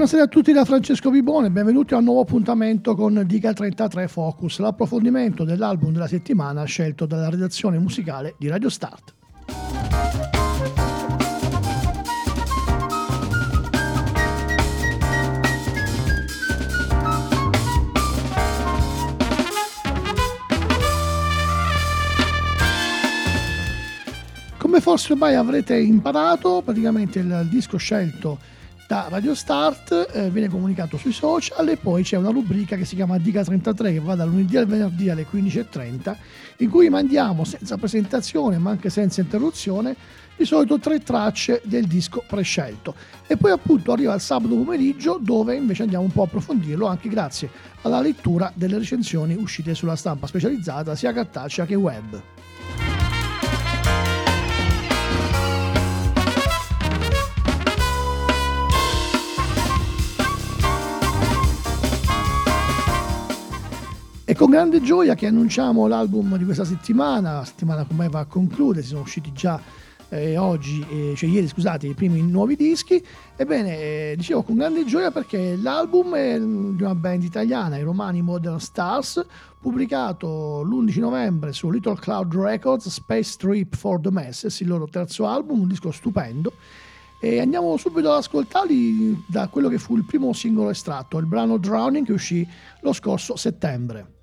Buonasera a tutti da Francesco Vibone, benvenuti a un nuovo appuntamento con Diga 33 Focus, l'approfondimento dell'album della settimana scelto dalla redazione musicale di Radio Start. Come forse ormai avrete imparato, praticamente il disco scelto da Radio Start viene comunicato sui social e poi c'è una rubrica che si chiama Diga 33 che va dal lunedì al venerdì alle 15:30, in cui mandiamo senza presentazione ma anche senza interruzione di solito 3 tracce del disco prescelto, e poi appunto arriva il sabato pomeriggio dove invece andiamo un po' a approfondirlo anche grazie alla lettura delle recensioni uscite sulla stampa specializzata sia cartacea che web. E con grande gioia che annunciamo l'album di questa settimana, la settimana come va a concludere, sono usciti già ieri scusate, i primi nuovi dischi. Ebbene, dicevo con grande gioia perché l'album è di una band italiana, i Romani Modern Stars, pubblicato l'11 novembre su Little Cloud Records, Space Trip for the Masses, il loro terzo album, un disco stupendo. E andiamo subito ad ascoltarli da quello che fu il primo singolo estratto, il brano Drowning, che uscì lo scorso settembre.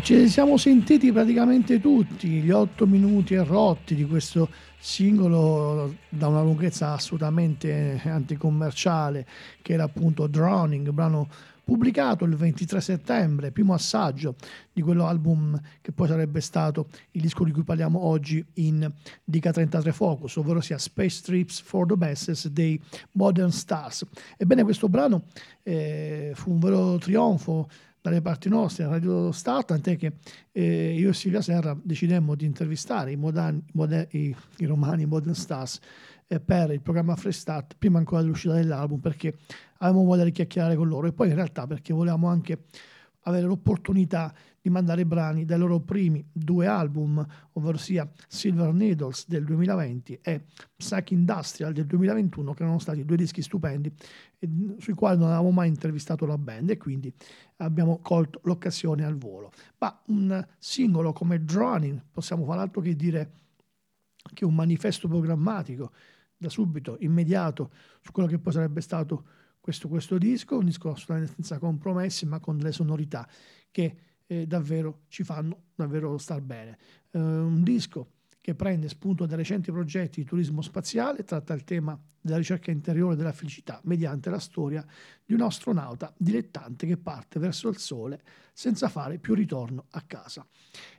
ci siamo sentiti praticamente tutti gli 8 minuti e rotti di questo singolo da una lunghezza assolutamente anticommerciale, che era appunto Drowning, brano pubblicato il 23 settembre, primo assaggio di quell'album che poi sarebbe stato il disco di cui parliamo oggi in Dica 33 Focus, ovvero sia Space Trips for the Masses dei Modern Stars. Ebbene, questo brano fu un vero trionfo dalle parti nostre a Radio Start, tant'è che io e Silvia Serra decidemmo di intervistare i romani Modern Stars per il programma Fresh Start prima ancora dell'uscita dell'album, perché avevamo voglia di chiacchierare con loro, e poi in realtà perché volevamo anche avere l'opportunità di mandare brani dai loro primi 2 album, ovvero sia Silver Needles del 2020 e Psych Industrial del 2021, che erano stati 2 dischi stupendi sui quali non avevamo mai intervistato la band, e quindi abbiamo colto l'occasione al volo. Ma un singolo come Drowning possiamo fare altro che dire che un manifesto programmatico da subito, immediato, su quello che poi sarebbe stato questo disco, un disco assolutamente senza compromessi, ma con delle sonorità che davvero ci fanno davvero star bene. Un disco che prende spunto da recenti progetti di turismo spaziale, tratta il tema della ricerca interiore della felicità mediante la storia di un astronauta dilettante che parte verso il sole senza fare più ritorno a casa.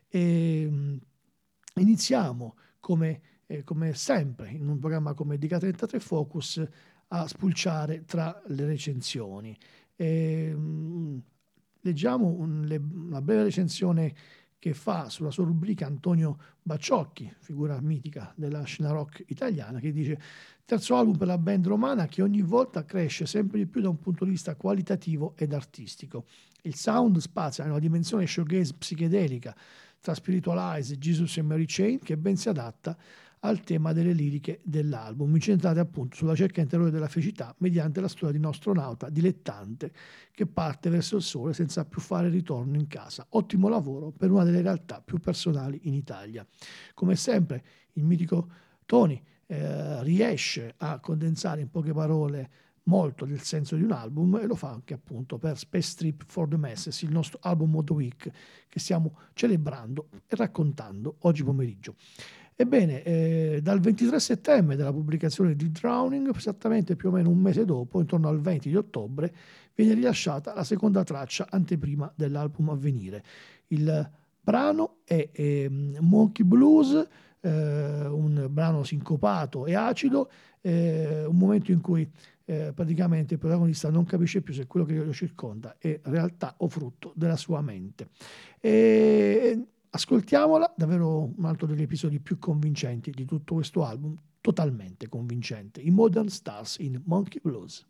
Iniziamo come sempre in un programma come Dica 33 Focus a spulciare tra le recensioni. Leggiamo una breve recensione che fa sulla sua rubrica Antonio Bacciocchi, figura mitica della scena rock italiana, che dice: terzo album per la band romana che ogni volta cresce sempre di più da un punto di vista qualitativo ed artistico. Il sound spazia in una dimensione shoegaze psichedelica tra Spiritualize, Jesus e Mary Chain, che ben si adatta al tema delle liriche dell'album, incentrate appunto sulla cerca interiore della felicità mediante la storia di un astronauta dilettante che parte verso il sole senza più fare ritorno in casa. Ottimo lavoro per una delle realtà più personali in Italia. Come sempre il mitico Tony riesce a condensare in poche parole molto del senso di un album, e lo fa anche appunto per Space Trip for the Masses, il nostro album of the week che stiamo celebrando e raccontando oggi pomeriggio. Ebbene, dal 23 settembre della pubblicazione di Drowning, esattamente più o meno un mese dopo, intorno al 20 di ottobre, viene rilasciata la seconda traccia anteprima dell'album a venire. Il brano è Monkey Blues, un brano sincopato e acido, un momento in cui praticamente il protagonista non capisce più se quello che lo circonda è realtà o frutto della sua mente. Ascoltiamola, davvero un altro degli episodi più convincenti di tutto questo album, totalmente convincente, i Modern Stars in Monkey Blues.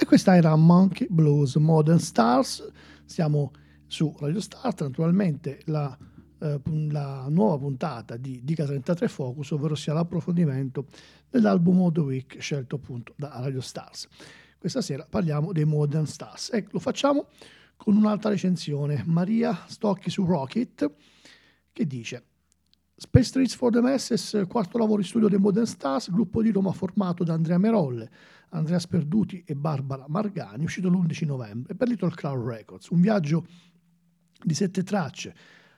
questa era Monkey Blues Modern Stars. Siamo su Radio Start, naturalmente la nuova puntata di Dica 33 Focus, ovvero sia l'approfondimento dell'album of the week scelto appunto da Radio Stars. Questa sera parliamo dei Modern Stars e lo facciamo con un'altra recensione, Maria Stocchi su Rocket, che dice: Space Streets for the Masses, quarto lavoro in studio dei Modern Stars, gruppo di Roma formato da Andrea Merolle, Andrea Sperduti e Barbara Margani, uscito l'11 novembre per Little Cloud Records. Un viaggio di 7 tracce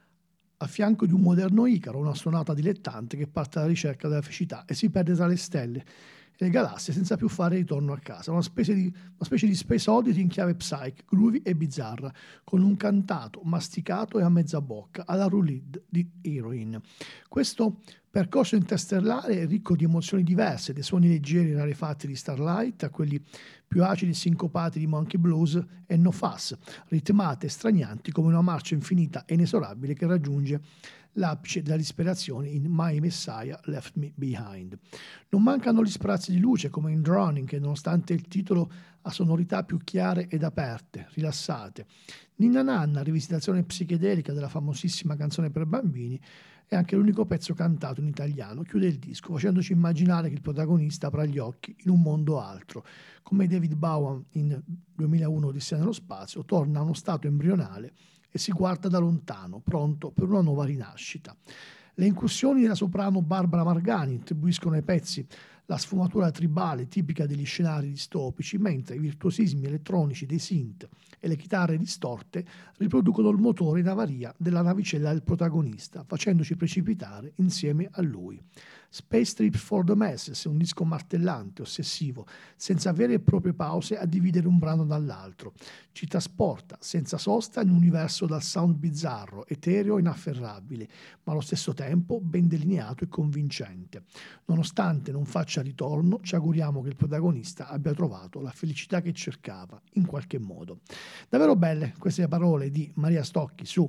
a fianco di un moderno Icaro, un astronauta dilettante che parte alla ricerca della felicità e si perde tra le stelle e le galassie senza più fare ritorno a casa. Una specie di Space Oddity in chiave psych, groovy e bizzarra, con un cantato masticato e a mezza bocca alla Roulette di Heroin. Questo percorso interstellare è ricco di emozioni diverse, dai suoni leggeri e rarefatti di Starlight a quelli più acidi e sincopati di Monkey Blues e No Fuss, ritmate e stranianti come una marcia infinita e inesorabile che raggiunge l'apice della disperazione in My Messiah Left Me Behind. Non mancano gli sprazzi di luce come in Drowning, che nonostante il titolo ha sonorità più chiare ed aperte, rilassate. Ninna Nanna, rivisitazione psichedelica della famosissima canzone per bambini, è anche l'unico pezzo cantato in italiano, chiude il disco facendoci immaginare che il protagonista apra gli occhi in un mondo altro. Come David Bowie in 2001 Odissea nello spazio, torna a uno stato embrionale e si guarda da lontano, pronto per una nuova rinascita. Le incursioni della soprano Barbara Margani attribuiscono ai pezzi la sfumatura tribale tipica degli scenari distopici, mentre i virtuosismi elettronici dei synth e le chitarre distorte riproducono il motore in avaria della navicella del protagonista, facendoci precipitare insieme a lui. Space Trip for the Masses è un disco martellante, ossessivo, senza vere e proprie pause a dividere un brano dall'altro. Ci trasporta senza sosta in un universo dal sound bizzarro, etereo e inafferrabile, ma allo stesso tempo ben delineato e convincente. Nonostante non faccia ritorno, ci auguriamo che il protagonista abbia trovato la felicità che cercava, in qualche modo. Davvero belle queste parole di Maria Stocchi su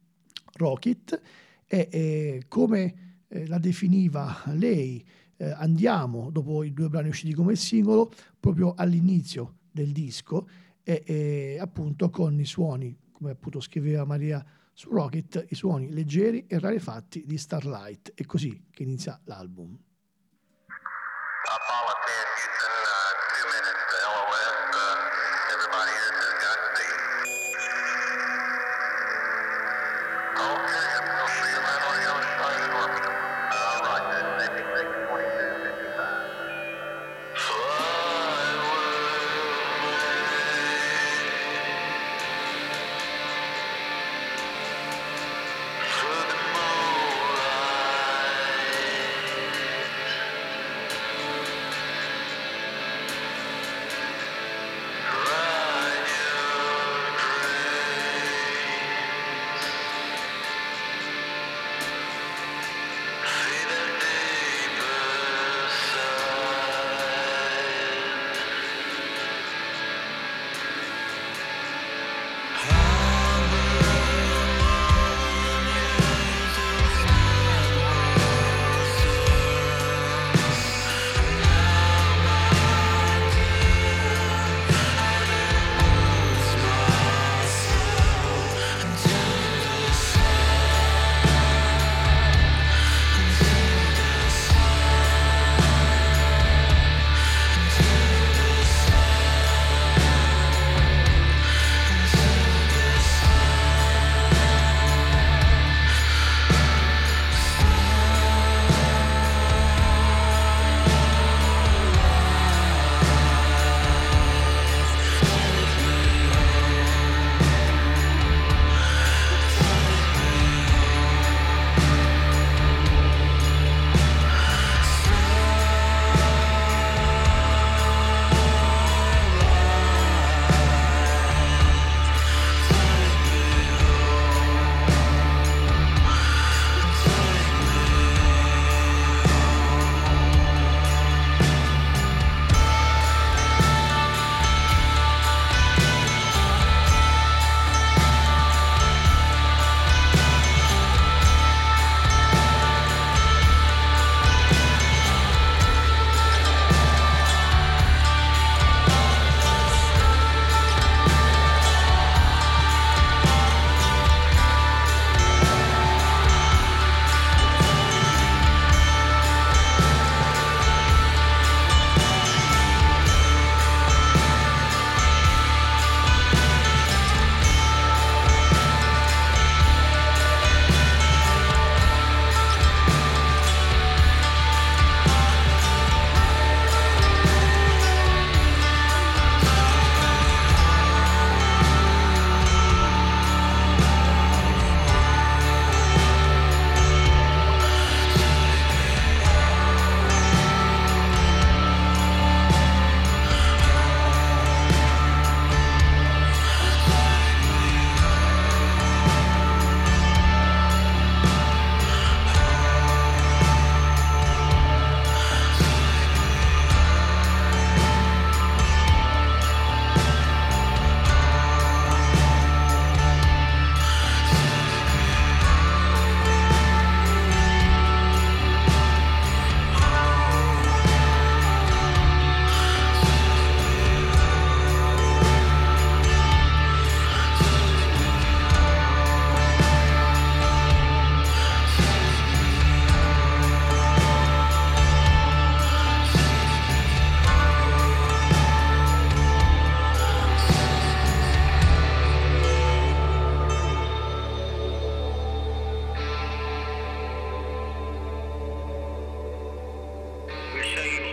Rocket e come la definiva lei, andiamo, dopo i 2 brani usciti come singolo, proprio all'inizio del disco e appunto con i suoni, come appunto scriveva Maria su Rocket, i suoni leggeri e rarefatti di Starlight. È così che inizia l'album. Apollo 10, Houston, 2 minutes to LOS. Everybody here says Godspeed. Okay, we'll see you right on the other side of the orbit. Roger, maybe 2255.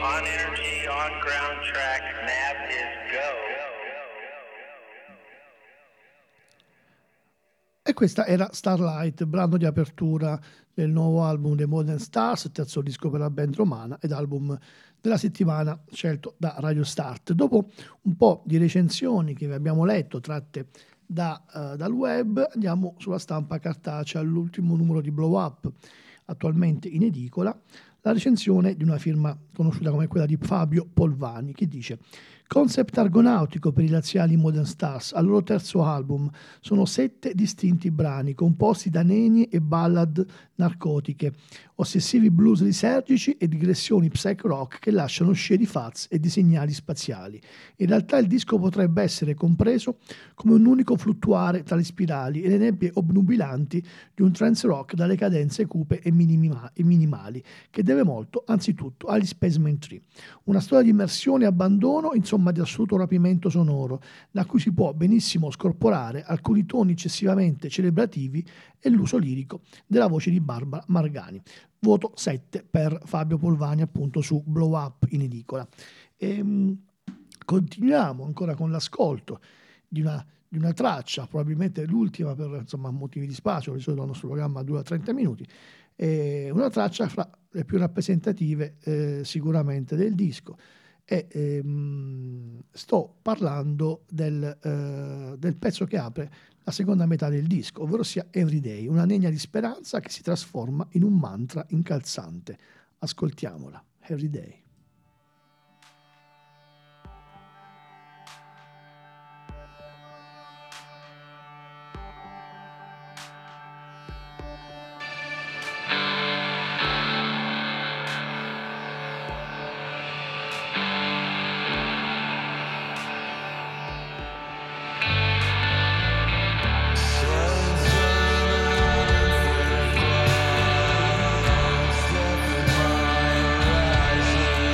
On energy, on ground track, nav is go. E questa era Starlight, brano di apertura del nuovo album dei Modern Stars, terzo disco per la band romana ed album della settimana scelto da Radio Start. Dopo un po' di recensioni che vi abbiamo letto, tratte dal web, andiamo sulla stampa cartacea, all'ultimo numero di Blow Up, attualmente in edicola, la recensione di una firma conosciuta come quella di Fabio Polvani, che dice: concept argonautico per i laziali Modern Stars, al loro terzo album. Sono 7 distinti brani composti da nenie e ballad narcotiche, ossessivi blues lisergici e digressioni psych rock che lasciano scie di fuzz e di segnali spaziali. In realtà il disco potrebbe essere compreso come un unico fluttuare tra le spirali e le nebbie obnubilanti di un trance rock dalle cadenze cupe e minimali, che deve molto anzitutto agli Spaceman 3. Una storia di immersione e abbandono, insomma di assoluto rapimento sonoro, da cui si può benissimo scorporare alcuni toni eccessivamente celebrativi e l'uso lirico della voce di Barbara Margani. Voto 7 per Fabio Polvani, appunto, su Blow Up in edicola. Continuiamo ancora con l'ascolto di una traccia, probabilmente l'ultima per motivi di spazio, di solito il nostro programma dura 30 minuti, una traccia fra le più rappresentative sicuramente del disco. Sto parlando del pezzo che apre la seconda metà del disco, ovvero sia Everyday, una negna di speranza che si trasforma in un mantra incalzante. Ascoltiamola, Everyday. Left in my horizon.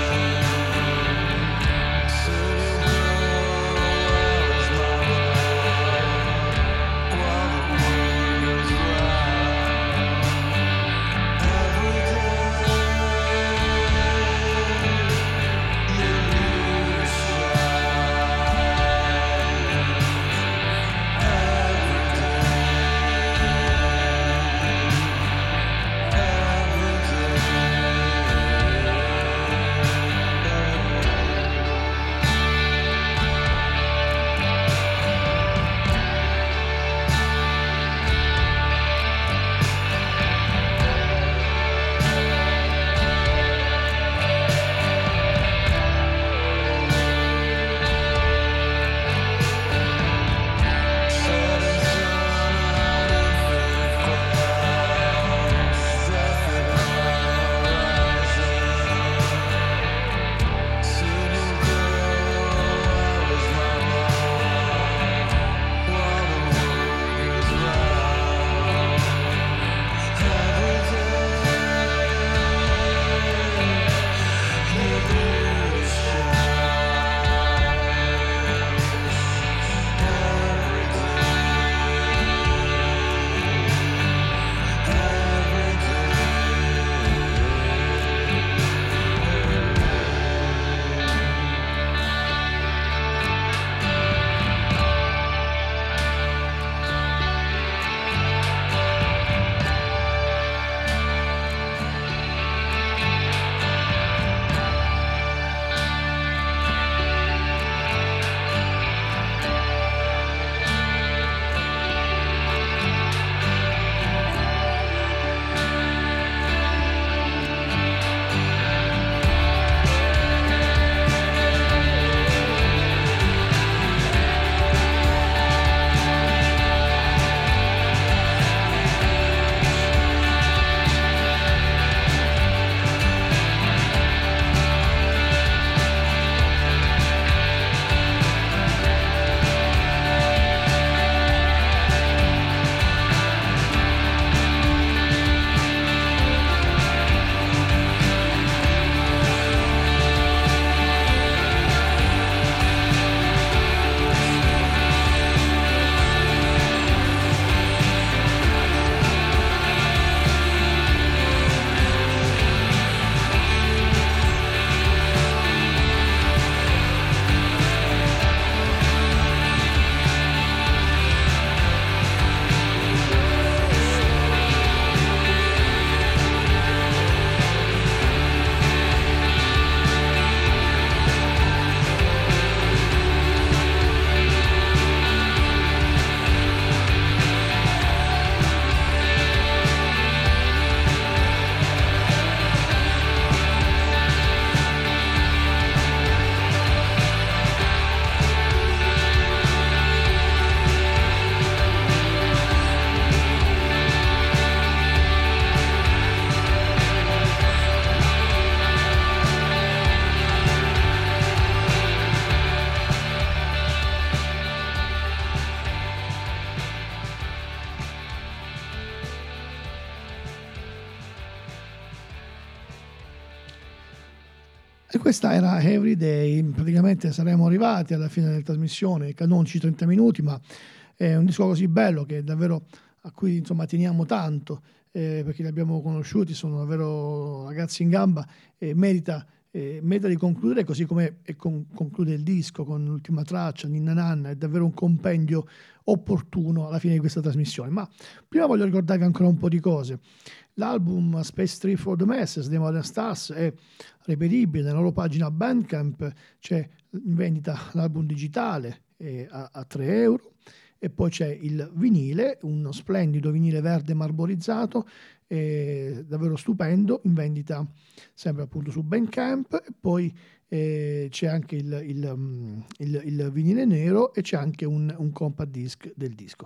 E questa era Everyday, praticamente saremmo arrivati alla fine della trasmissione, canonici 30 minuti, ma è un disco così bello che davvero a cui insomma teniamo tanto, perché li abbiamo conosciuti, sono davvero ragazzi in gamba e merita di concludere così come conclude il disco con l'ultima traccia, Ninna Nanna, è davvero un compendio opportuno alla fine di questa trasmissione. Ma prima voglio ricordarvi ancora un po' di cose. L'album Space Trip for the Masses dei Modern Stars è reperibile nella loro pagina Bandcamp, c'è in vendita l'album digitale a 3 euro e poi c'è il vinile, uno splendido vinile verde marmorizzato, davvero stupendo, in vendita sempre appunto su Bandcamp, e poi c'è anche il vinile nero e c'è anche un compact disc del disco.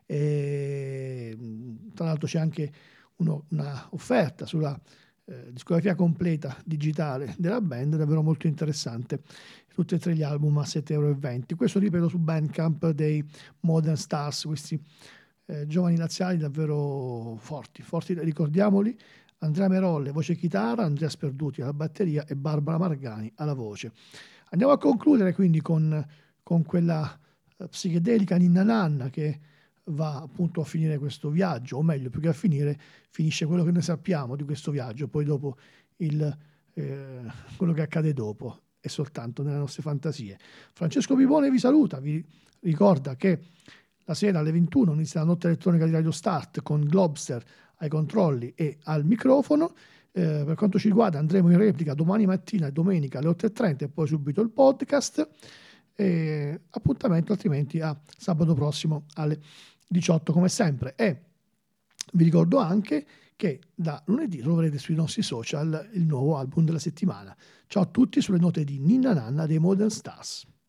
Tra l'altro c'è anche una offerta sulla discografia completa digitale della band, davvero molto interessante, tutti e tre gli album a 7,20 €. Questo ripeto su Bandcamp dei Modern Stars, questi giovani laziali davvero forti, ricordiamoli: Andrea Merolle voce e chitarra, Andrea Sperduti alla batteria e Barbara Margani alla voce. Andiamo a concludere quindi con quella psichedelica Ninna Nanna che va appunto a finire questo viaggio, o meglio, più che a finire, finisce quello che noi sappiamo di questo viaggio, poi dopo quello che accade dopo è soltanto nelle nostre fantasie. Francesco Pipone vi saluta, vi ricorda che la sera alle 21 inizia la notte elettronica di Radio Start con Globster ai controlli e al microfono. Per quanto ci riguarda andremo in replica domani mattina e domenica alle 8:30 e poi subito il podcast. Appuntamento altrimenti a sabato prossimo alle 18 come sempre, e vi ricordo anche che da lunedì troverete sui nostri social il nuovo album della settimana. Ciao a tutti sulle note di Ninna Nanna dei Modern Stars.